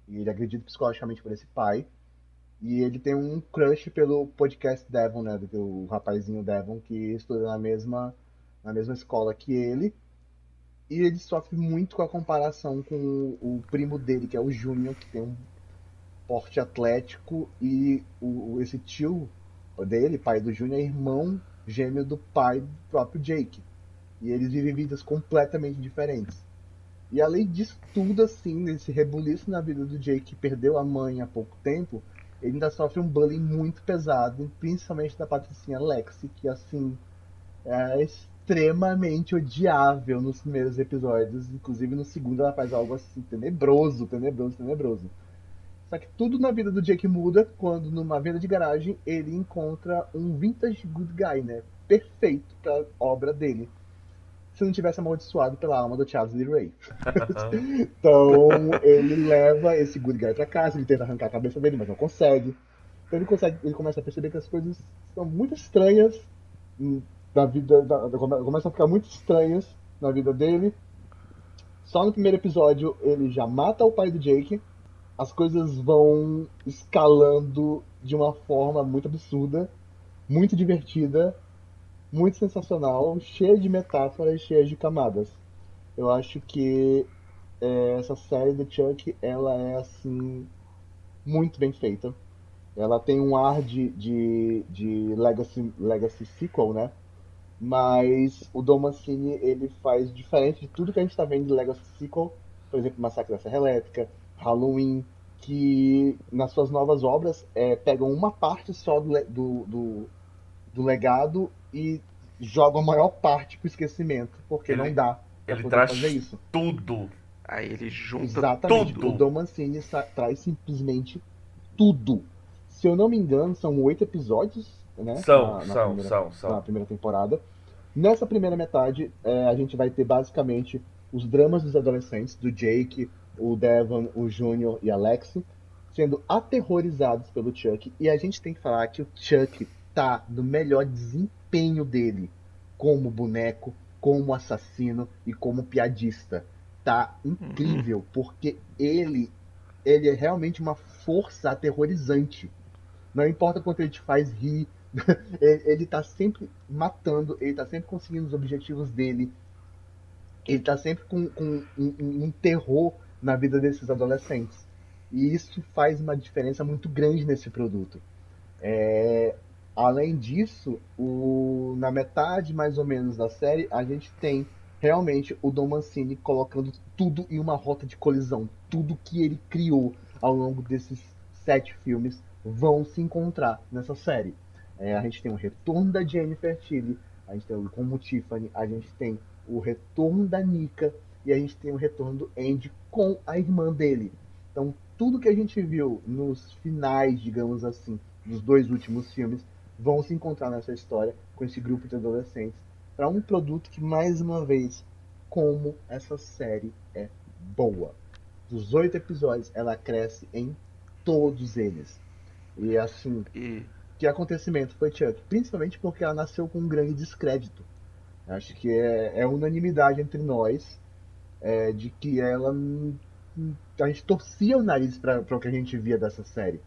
E ele é agredido psicologicamente por esse pai. E ele tem um crush pelo podcast Devon, né? Do o rapazinho Devon que estuda na mesma, na mesma escola que ele. E ele sofre muito com a comparação com o, o primo dele, que é o Júnior, que tem um porte atlético. E o, esse tio dele, pai do Júnior, é irmão gêmeo do pai do próprio Jake. E eles vivem vidas completamente diferentes. E além disso tudo, assim, nesse rebuliço na vida do Jake, que perdeu a mãe há pouco tempo, ele ainda sofre um bullying muito pesado, principalmente da patricinha Lexi, que, assim, é extremamente odiável nos primeiros episódios. Inclusive, no segundo ela faz algo, assim, tenebroso, tenebroso, tenebroso. Só que tudo na vida do Jake muda quando, numa venda de garagem, ele encontra um vintage good guy, né? Perfeito pra obra dele. Se não tivesse amaldiçoado pela alma do Charles Lee Ray. Então, ele leva esse good guy pra casa, ele tenta arrancar a cabeça dele, mas não consegue. Então ele, consegue, ele começa a perceber que as coisas são muito estranhas na vida, da, começam a ficar muito estranhas na vida dele. Só no primeiro episódio ele já mata o pai do Jake. As coisas vão escalando de uma forma muito absurda, muito divertida, muito sensacional, cheia de metáforas, cheia de camadas. Eu acho que é, essa série do Chuck, ela é assim muito bem feita. Ela tem um ar de, de, de Legacy, Legacy Sequel, né? Mas o Don Mancini, ele faz diferente de tudo que a gente está vendo de Legacy Sequel. Por exemplo, Massacre da Serra Elétrica, Halloween, que nas suas novas obras é, pegam uma parte só do, do, do, do legado e jogam a maior parte pro esquecimento, porque ele, não dá pra ele poder traz fazer isso. Tudo. Aí ele junta Exatamente. tudo. O Don Mancini traz simplesmente tudo. Se eu não me engano, são oito episódios, né? São, na, na são, primeira, são, são. Na primeira temporada. Nessa primeira metade, é, a gente vai ter basicamente os dramas dos adolescentes, do Jake, o Devon, o Júnior e a Lexi, sendo aterrorizados pelo Chuck. E a gente tem que falar que o Chuck tá no melhor desempenho dele como boneco, como assassino e como piadista. Tá incrível, porque ele, ele é realmente uma força aterrorizante. Não importa quanto ele te faz rir, ele tá sempre matando, ele tá sempre conseguindo os objetivos dele, ele tá sempre com, com um, um, um terror na vida desses adolescentes. E isso faz uma diferença muito grande nesse produto. É, além disso, o, na metade mais ou menos da série, a gente tem realmente o Don Mancini colocando tudo em uma rota de colisão. Tudo que ele criou ao longo desses sete filmes vão se encontrar nessa série. É, a gente tem o retorno da Jennifer Tilly, a gente tem como Tiffany, a gente tem o retorno da Nika e a gente tem o retorno do Andy com a irmã dele. Então, tudo que a gente viu nos finais, digamos assim, dos dois últimos filmes, vão se encontrar nessa história com esse grupo de adolescentes para um produto que, mais uma vez, como essa série é boa. Dos oito episódios, ela cresce em todos eles. E assim, e que acontecimento foi Chuck? Principalmente porque ela nasceu com um grande descrédito. Acho que é, é unanimidade entre nós é, de que ela... A gente torcia o nariz para o que a gente via dessa série.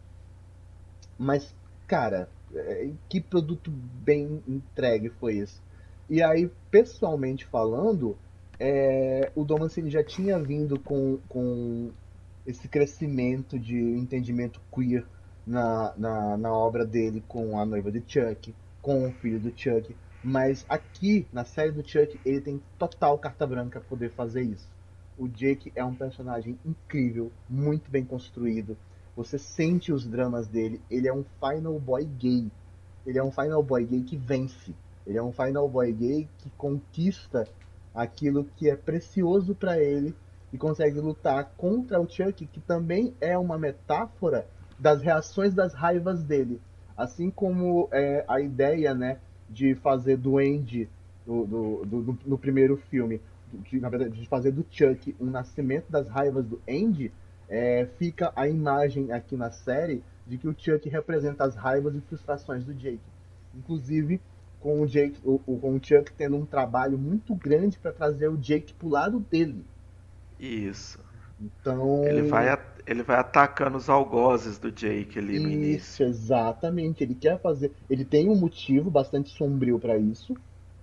Mas, cara, que produto bem entregue foi esse? E aí, pessoalmente falando, é, o Don Mancini já tinha vindo com, com esse crescimento de entendimento queer na, na, na obra dele com a noiva de Chuck, com o filho do Chuck. Mas aqui, na série do Chuck, ele tem total carta branca para poder fazer isso. O Jake é um personagem incrível, muito bem construído. Você sente os dramas dele. Ele é um final boy gay. Ele é um final boy gay que vence. Ele é um final boy gay que conquista aquilo que é precioso para ele e consegue lutar contra o Chuck, que também é uma metáfora das reações das raivas dele. Assim como é, a ideia, né, de fazer do Andy do, do, do, no primeiro filme, de, na verdade, de fazer do Chuck um nascimento das raivas do Andy, é, fica a imagem aqui na série de que o Chuck representa as raivas e frustrações do Jake. Inclusive, com o, Jake, o, com o Chuck tendo um trabalho muito grande para trazer o Jake pro lado dele. Isso. Então, Ele vai, a- ele vai atacando os algozes do Jake ali no isso, início. exatamente. Ele quer fazer. Ele tem um motivo bastante sombrio para isso.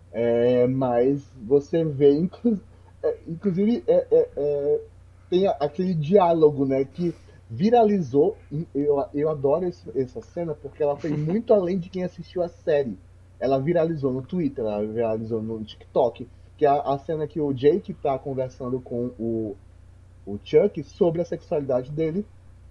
É, mas você vê, inclu- é, inclusive, é, é, é, tem a- aquele diálogo, né, que viralizou. E Eu, eu adoro esse- essa cena porque ela foi muito além de quem assistiu a série. Ela viralizou no Twitter, ela viralizou no TikTok, que é a, a cena que o Jake tá conversando com o, o Chuck sobre a sexualidade dele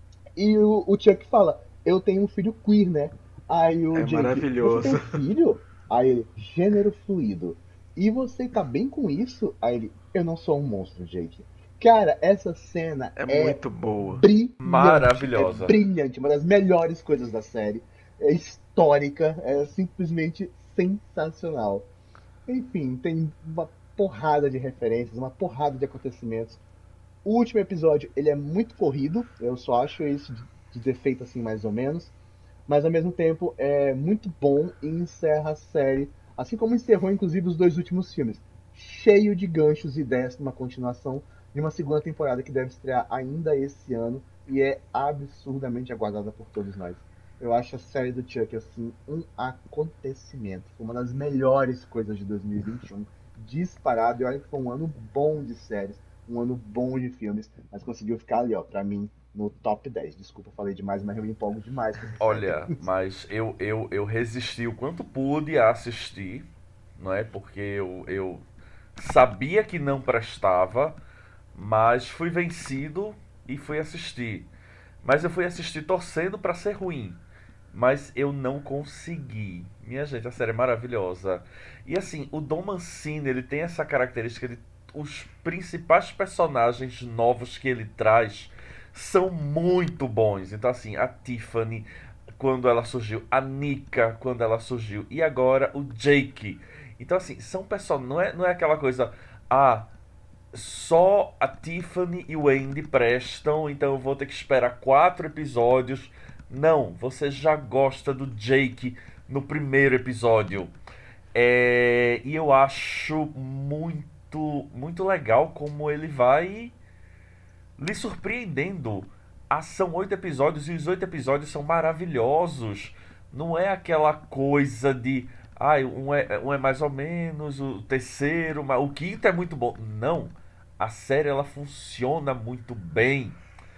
e o, o Chuck fala: Eu tenho um filho queer, né? Aí o É Jake: Você tem um maravilhoso. filho? Aí ele: Gênero fluido. E você tá bem com isso? Aí ele: Eu não sou um monstro, Jake. Cara, essa cena É é muito boa. brilhante. É Maravilhosa. brilhante. Uma das melhores coisas da série. É histórica. É simplesmente sensacional. Enfim, tem uma porrada de referências, uma porrada de acontecimentos. O último episódio, ele é muito corrido, eu só acho isso de, de defeito assim, mais ou menos, mas ao mesmo tempo é muito bom e encerra a série, assim como encerrou inclusive os dois últimos filmes, cheio de ganchos e ideias para uma continuação de uma segunda temporada que deve estrear ainda esse ano e é absurdamente aguardada por todos nós. Eu acho a série do Chuck assim um acontecimento, foi uma das melhores coisas de dois mil e vinte e um, disparado. E olha que foi um ano bom de séries, um ano bom de filmes, mas conseguiu ficar ali, ó, pra mim, no top dez. Desculpa, falei demais, mas eu me empolgo demais com essa série. Olha, mas eu, eu, eu resisti o quanto pude a assistir, não é? Porque eu, eu sabia que não prestava, mas fui vencido e fui assistir. Mas eu fui assistir torcendo pra ser ruim. Mas eu não consegui. Minha gente, a série é maravilhosa. E assim, o Don Mancini, ele tem essa característica de os principais personagens novos que ele traz são muito bons. Então assim, a Tiffany quando ela surgiu, a Nika quando ela surgiu e agora o Jake. Então assim, são pessoas, não é não é aquela coisa, ah, só a Tiffany e o Andy prestam, então eu vou ter que esperar quatro episódios. Não, você já gosta do Jake no primeiro episódio. É, e eu acho muito, muito legal como ele vai lhe surpreendendo. Ah, são oito episódios e os oito episódios são maravilhosos. Não é aquela coisa de. Ah, um é, um é mais ou menos, o terceiro, mas o quinto é muito bom. Não. A série ela funciona muito bem.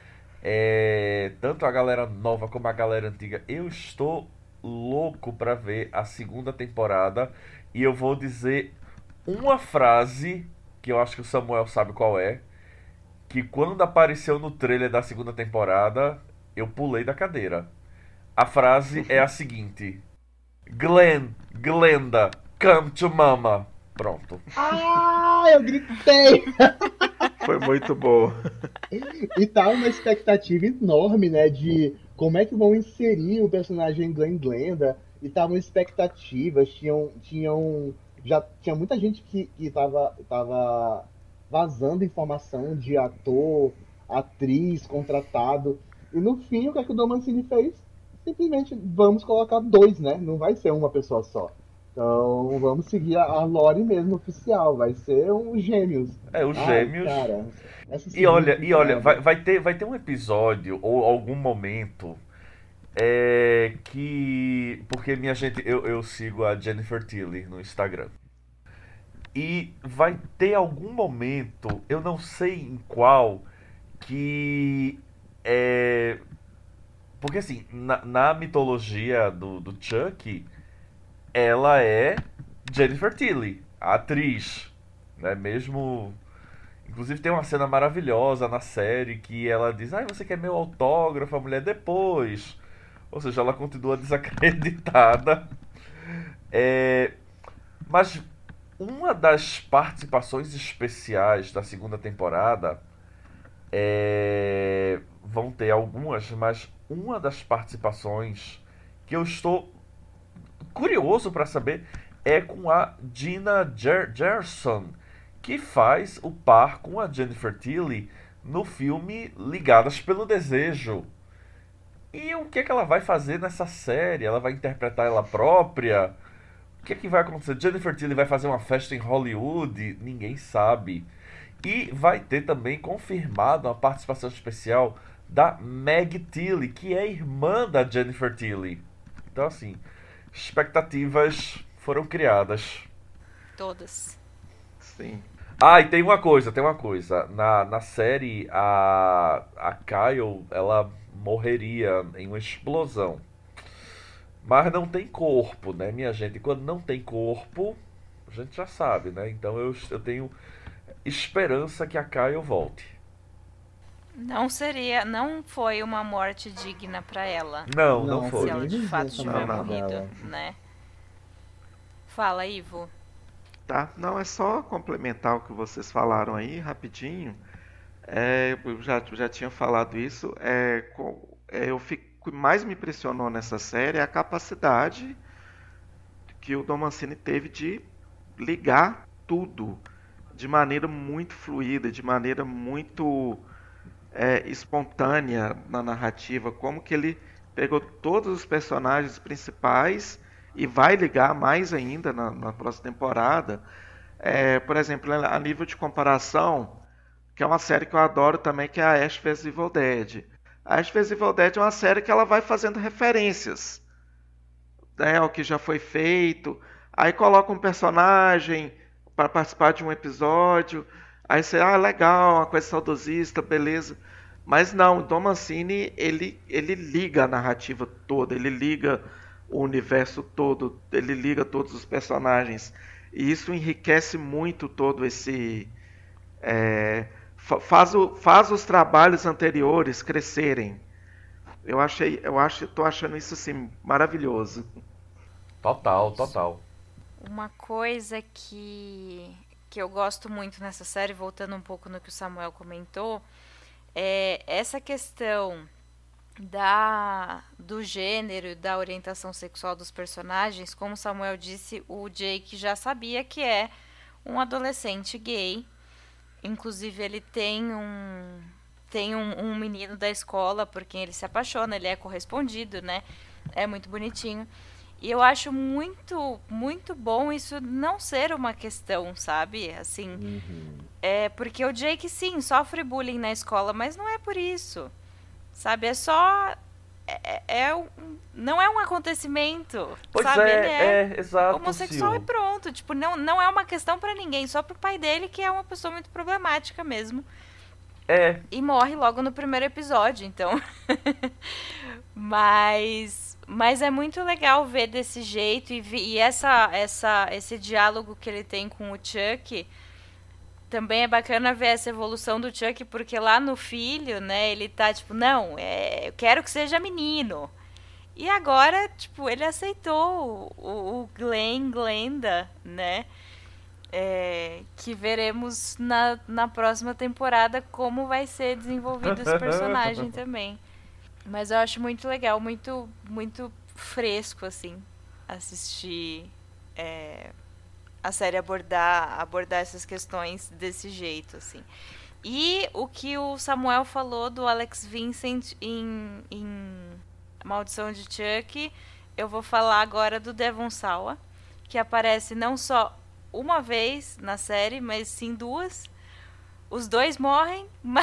É, tanto a galera nova como a galera antiga. Eu estou louco pra ver a segunda temporada. E eu vou dizer uma frase que eu acho que o Samuel sabe qual é, que quando apareceu no trailer da segunda temporada, eu pulei da cadeira. A frase é a seguinte: Glenn, Glenda, come to mama. Pronto. Ah, eu gritei! Foi muito boa. E tá uma expectativa enorme, né, de como é que vão inserir o personagem Glenn Glenda. E estavam expectativas, tinham, tinham, já tinha muita gente que, que tava, tava vazando informação de ator, atriz, contratado. E no fim, o que é que o Dom Mancini fez? Simplesmente vamos colocar dois, né? Não vai ser uma pessoa só. Então vamos seguir a, a lore mesmo oficial, vai ser um gêmeos. É, os Ai, gêmeos. cara, essa E segunda olha, e olha, vai, temporada. vai ter, vai ter um episódio ou algum momento é que. Porque, minha gente, eu, eu sigo a Jennifer Tilly no Instagram. E vai ter algum momento, eu não sei em qual, que é. Porque assim, na, na mitologia do, do Chuck, ela é Jennifer Tilly, a atriz. Né? Mesmo. Inclusive tem uma cena maravilhosa na série que ela diz, ai, você quer meu autógrafo, a mulher depois. Ou seja, ela continua desacreditada. É, mas uma das participações especiais da segunda temporada é, vão ter algumas, mas uma das participações que eu estou curioso para saber é com a Gina Ger Gerson, que faz o par com a Jennifer Tilly no filme Ligadas pelo Desejo. E o que é que ela vai fazer nessa série? Ela vai interpretar ela própria? O que é que vai acontecer? Jennifer Tilly vai fazer uma festa em Hollywood? Ninguém sabe. E vai ter também confirmado uma participação especial da Meg Tilly, que é irmã da Jennifer Tilly. Então, assim, expectativas foram criadas. Todas. Sim. Ah, e tem uma coisa, tem uma coisa. Na, na série, a, a Kyle, ela morreria em uma explosão. Mas não tem corpo, né, minha gente? E quando não tem corpo, a gente já sabe, né? Então eu, eu tenho esperança que a Kyle volte. Não seria, não foi uma morte digna pra ela. Não, não, Não, foi. Se ela nem de vi fato essa tiver morte morrido, dela. né? Fala, Ivo. Tá? Não, é só complementar o que vocês falaram aí, rapidinho. É, eu já, já tinha falado isso. É, co- é, eu fico, o que mais me impressionou nessa série é a capacidade que o Don Mancini teve de ligar tudo de maneira muito fluida, de maneira muito é, espontânea na narrativa. Como que ele pegou todos os personagens principais e vai ligar mais ainda na, na próxima temporada. É, por exemplo, a nível de comparação, que é uma série que eu adoro também, que é a Ash vs Evil Dead. A Ash vs Evil Dead é uma série que ela vai fazendo referências, né, ao que já foi feito. Aí coloca um personagem para participar de um episódio. Aí você, ah, legal, uma coisa saudosista, beleza. Mas não, o Don Mancini, ele, ele liga a narrativa toda, ele liga o universo todo, ele liga todos os personagens. E isso enriquece muito todo esse... é, faz, o, faz os trabalhos anteriores crescerem. Eu achei, eu acho, tô achando isso assim maravilhoso. Total, total. Uma coisa que, que eu gosto muito nessa série, voltando um pouco no que o Samuel comentou, é essa questão da, do gênero, da orientação sexual dos personagens. Como o Samuel disse, o Jake já sabia que é um adolescente gay. Inclusive, ele tem um, tem um, um menino da escola por quem ele se apaixona, ele é correspondido, né? É muito bonitinho. E eu acho muito, muito bom isso não ser uma questão, sabe? Assim, Uhum. é porque o Jake, sim, sofre bullying na escola, mas não é por isso, sabe? É só... É, é um, não é um acontecimento, Pois sabe? é, Ele é, é, exato, homossexual Sil. e pronto. Tipo, não, não é uma questão pra ninguém, só pro pai dele, que é uma pessoa muito problemática mesmo. É, E morre logo no primeiro episódio, então. mas, mas é muito legal ver desse jeito e, vi- e essa, essa, esse diálogo que ele tem com o Chuck. Também é bacana ver essa evolução do Chuck, porque lá no filho, né, ele tá tipo, não, é, eu quero que seja menino. E agora, tipo, ele aceitou o, o Glenn, Glenda, né? É, que veremos na, na próxima temporada como vai ser desenvolvido esse personagem também. Mas eu acho muito legal, muito, muito fresco, assim, assistir é, a série abordar, abordar essas questões desse jeito, assim. E o que o Samuel falou do Alex Vincent em, em Maldição de Chuck, eu vou falar agora do Devon Sawa, que aparece não só uma vez na série, mas sim duas. Os dois morrem, mas...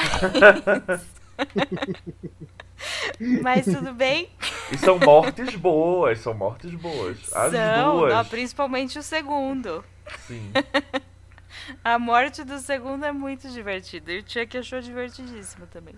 mas tudo bem. e são mortes boas, são mortes boas. As São, duas. não, principalmente o segundo. Sim. A morte do segundo é muito divertida. E o Chuck achou divertidíssimo também.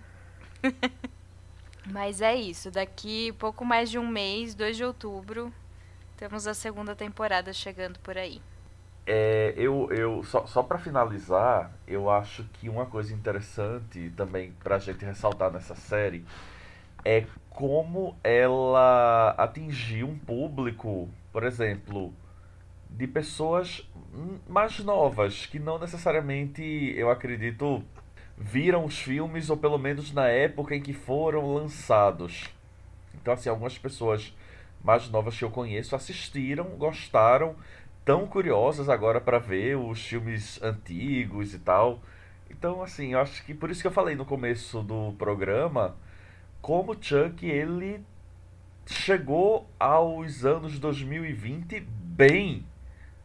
Mas é isso. Daqui pouco mais de um mês, dois de outubro, temos a segunda temporada chegando por aí. É, eu, eu só, só para finalizar, eu acho que uma coisa interessante também pra gente ressaltar nessa série é como ela atingiu um público, por exemplo, de pessoas hum, mais novas, que não necessariamente, eu acredito, viram os filmes, ou pelo menos na época em que foram lançados. Então, assim, algumas pessoas mais novas que eu conheço assistiram, gostaram, tão curiosas agora para ver os filmes antigos e tal. Então, assim, eu acho que por isso que eu falei no começo do programa, como Chuck, ele chegou aos anos dois mil e vinte bem,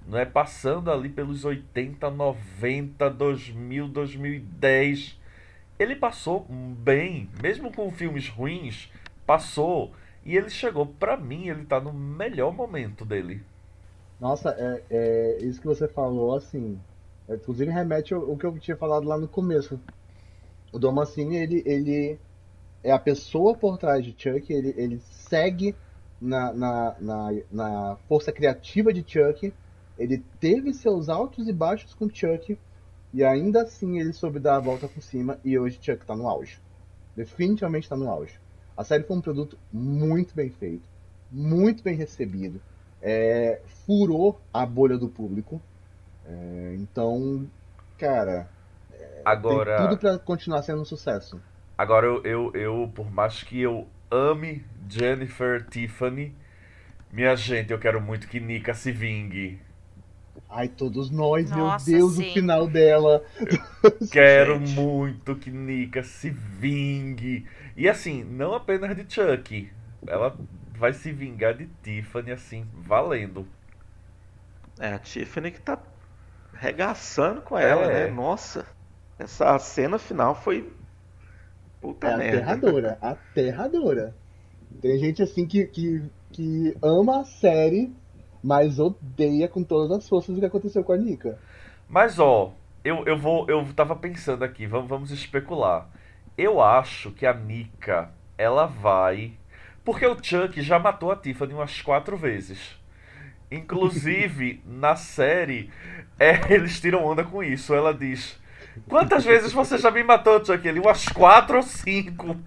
não é? Passando ali pelos oitenta, noventa, dois mil, dois mil e dez. Ele passou bem, mesmo com filmes ruins, passou. E ele chegou, pra mim, ele tá no melhor momento dele. Nossa, é, é isso que você falou, assim. é, Inclusive remete ao, ao que eu tinha falado lá no começo. O Don Mancini, ele, ele é a pessoa por trás de Chuck, ele, ele segue na, na, na, na força criativa de Chuck. Ele teve seus altos e baixos com Chuck, e ainda assim ele soube dar a volta por cima, e hoje Chuck tá no auge. Definitivamente tá no auge. A série foi um produto muito bem feito, muito bem recebido, é, furou a bolha do público. É, então, cara, tem tudo Agora, pra continuar sendo um sucesso. agora eu, eu, eu, por mais que eu ame Jennifer Tiffany, minha gente, eu quero muito que Nika se vingue. Ai, todos nós, meu Nossa, Deus, o sim. final dela. Quero Gente. muito que Nika se vingue. E assim, não apenas de Chuck. Ela vai se vingar de Tiffany, assim, valendo. É a Tiffany que tá regaçando com ela, né? É, Nossa, essa cena final foi puta É merda. aterradora, aterradora. Tem gente assim que, que, que ama a série, mas odeia com todas as forças o que aconteceu com a Nika. mas ó, eu, eu vou. Eu tava pensando aqui, vamos, vamos especular. Eu acho que a Nika, ela vai. Porque o Chuck já matou a Tiffany umas quatro vezes. Inclusive, na série, é, eles tiram onda com isso. Ela diz: Quantas vezes você já me matou, Chuck? Ele, umas quatro ou cinco.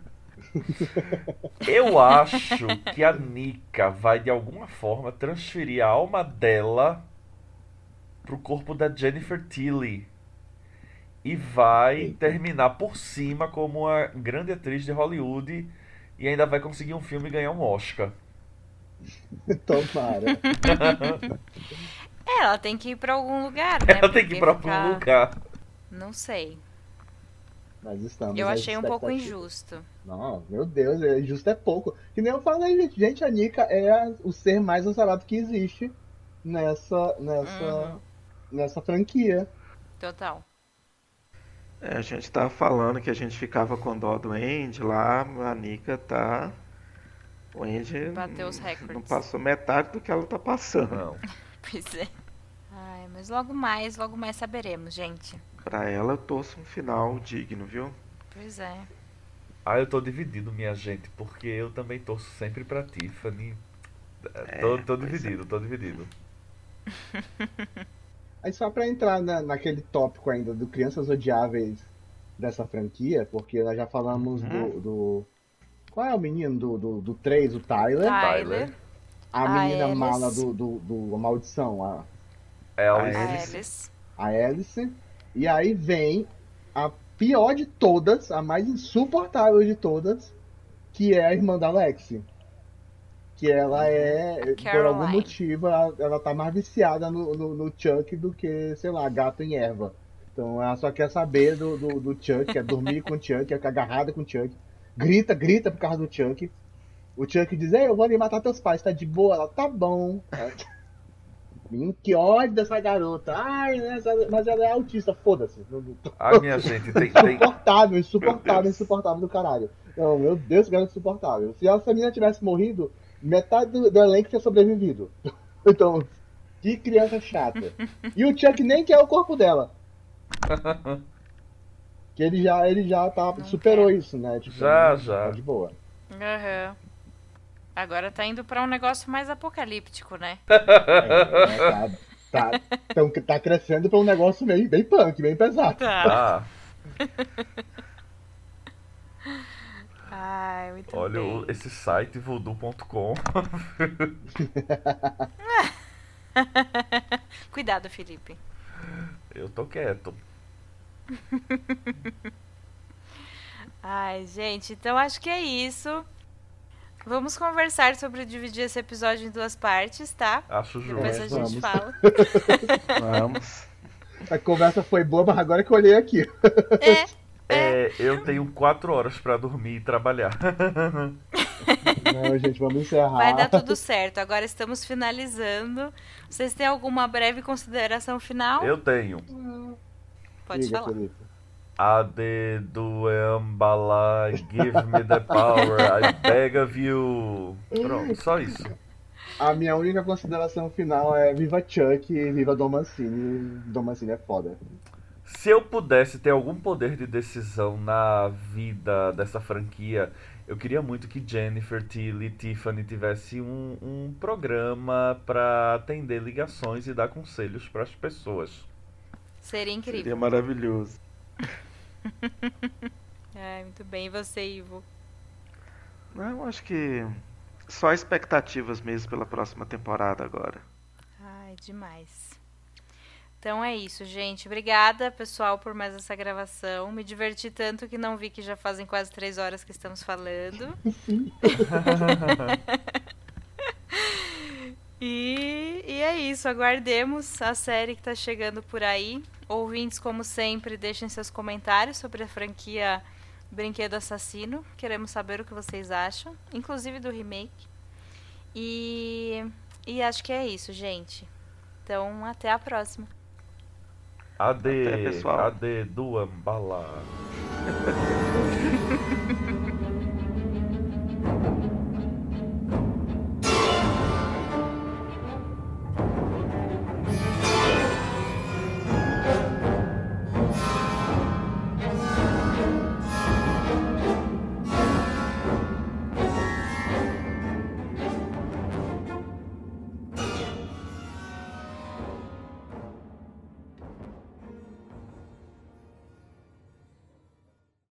Eu acho que a Nika vai de alguma forma transferir a alma dela pro corpo da Jennifer Tilly e vai Eita, terminar por cima como uma grande atriz de Hollywood e ainda vai conseguir um filme e ganhar um Oscar. tomara. É, ela tem que ir pra algum lugar, né? Ela tem que ir Porque pra algum ficar. lugar. Não sei. Mas estamos Eu às achei um pouco expectativas. injusto. Não, meu Deus, é justo é pouco. Que nem eu falei, gente. Gente, a Nika é a- o ser mais azarado que existe nessa, nessa, Uhum, nessa franquia. total. É, a gente tava falando que a gente ficava com dó do Andy lá, a Nika tá. O Andy Bateu os hum, não recordes. passou metade do que ela tá passando. Não. Pois é. Ai, mas logo mais, logo mais saberemos, gente. Pra ela eu torço um final digno, viu? Pois é. Ah, eu tô dividido, minha gente, porque eu também torço sempre pra Tiffany. É, Tô, É, tô pois é. dividido, tô dividido. Aí só pra entrar na, naquele tópico ainda do Crianças Odiáveis dessa franquia, porque nós já falamos Uhum. do, do- qual é o menino do, do, do três, o Tyler? Tyler, Tyler, A a menina mala Alice, do, do, do A Maldição, a, A Alice, a Alice. Alice. a Alice. E aí vem a pior de todas, a mais insuportável de todas, que é a irmã da Lexi. Que ela Uhum. é, por algum Caroline. motivo, ela, ela tá mais viciada no, no, no Chuck do que, sei lá, gato em erva. Então ela só quer saber do, do, do Chuck, quer dormir com o Chuck, quer ficar agarrada com o Chuck. Grita, grita por causa do Chuck. O Chuck diz, ei, eu vou ali matar teus pais, tá de boa? Ela, tá bom. Menino, que ódio dessa garota. Ai, né, essa- mas ela é autista, foda-se. Ai, minha gente, tem, tem... Insuportável, Meu insuportável, Deus. insuportável do caralho. Não, meu Deus, que garota insuportável. Se essa menina tivesse morrido, metade do, do elenco tinha sobrevivido. Então, que criança chata. E o Chuck nem quer o corpo dela. Que ele já, ele já tá, Não superou quer. isso, né? Tipo, Já, tá já. de boa. Aham. Agora tá indo pra um negócio mais apocalíptico, né? É, tá, tá, então, tá crescendo pra um negócio meio, bem punk, bem pesado. Tá. Ah, Ai, muito olha o- bem. esse site voodoo ponto com. Cuidado, Felipe. Eu tô quieto. Ai, gente, então acho que é isso. Vamos conversar sobre dividir esse episódio em duas partes, tá? Acho Depois É, a justo. gente vamos. fala. Vamos. A conversa foi boa, mas agora que eu olhei aqui. É, É, eu tenho quatro horas pra dormir e trabalhar. Não, gente, vamos encerrar. Vai dar tudo certo. Agora estamos finalizando. Vocês têm alguma breve consideração final? Eu tenho. Pode Diga, falar. Felipe. Ade Duembala, give me the power, I beg of you. Pronto, só isso. A minha única consideração final é viva Chuck e viva Dom Mancini. Dom Mancini é foda. Se eu pudesse ter algum poder de decisão na vida dessa franquia, eu queria muito que Jennifer, Tilly e Tiffany tivessem um, um programa para atender ligações e dar conselhos para as pessoas. Seria incrível. Seria maravilhoso. Ai, muito bem. E você, Ivo? Não, acho que só expectativas mesmo pela próxima temporada agora. Ai, demais. Então é isso, gente. Obrigada, pessoal, por mais essa gravação. Me diverti tanto que não vi que já fazem quase três horas que estamos falando. e, e é isso. Aguardemos a série que está chegando por aí. Ouvintes, como sempre, deixem seus comentários sobre a franquia Brinquedo Assassino. Queremos saber o que vocês acham, inclusive do remake. E, e acho que é isso, gente. Então, até a próxima. Ade, Até, pessoal. Ade Duembala.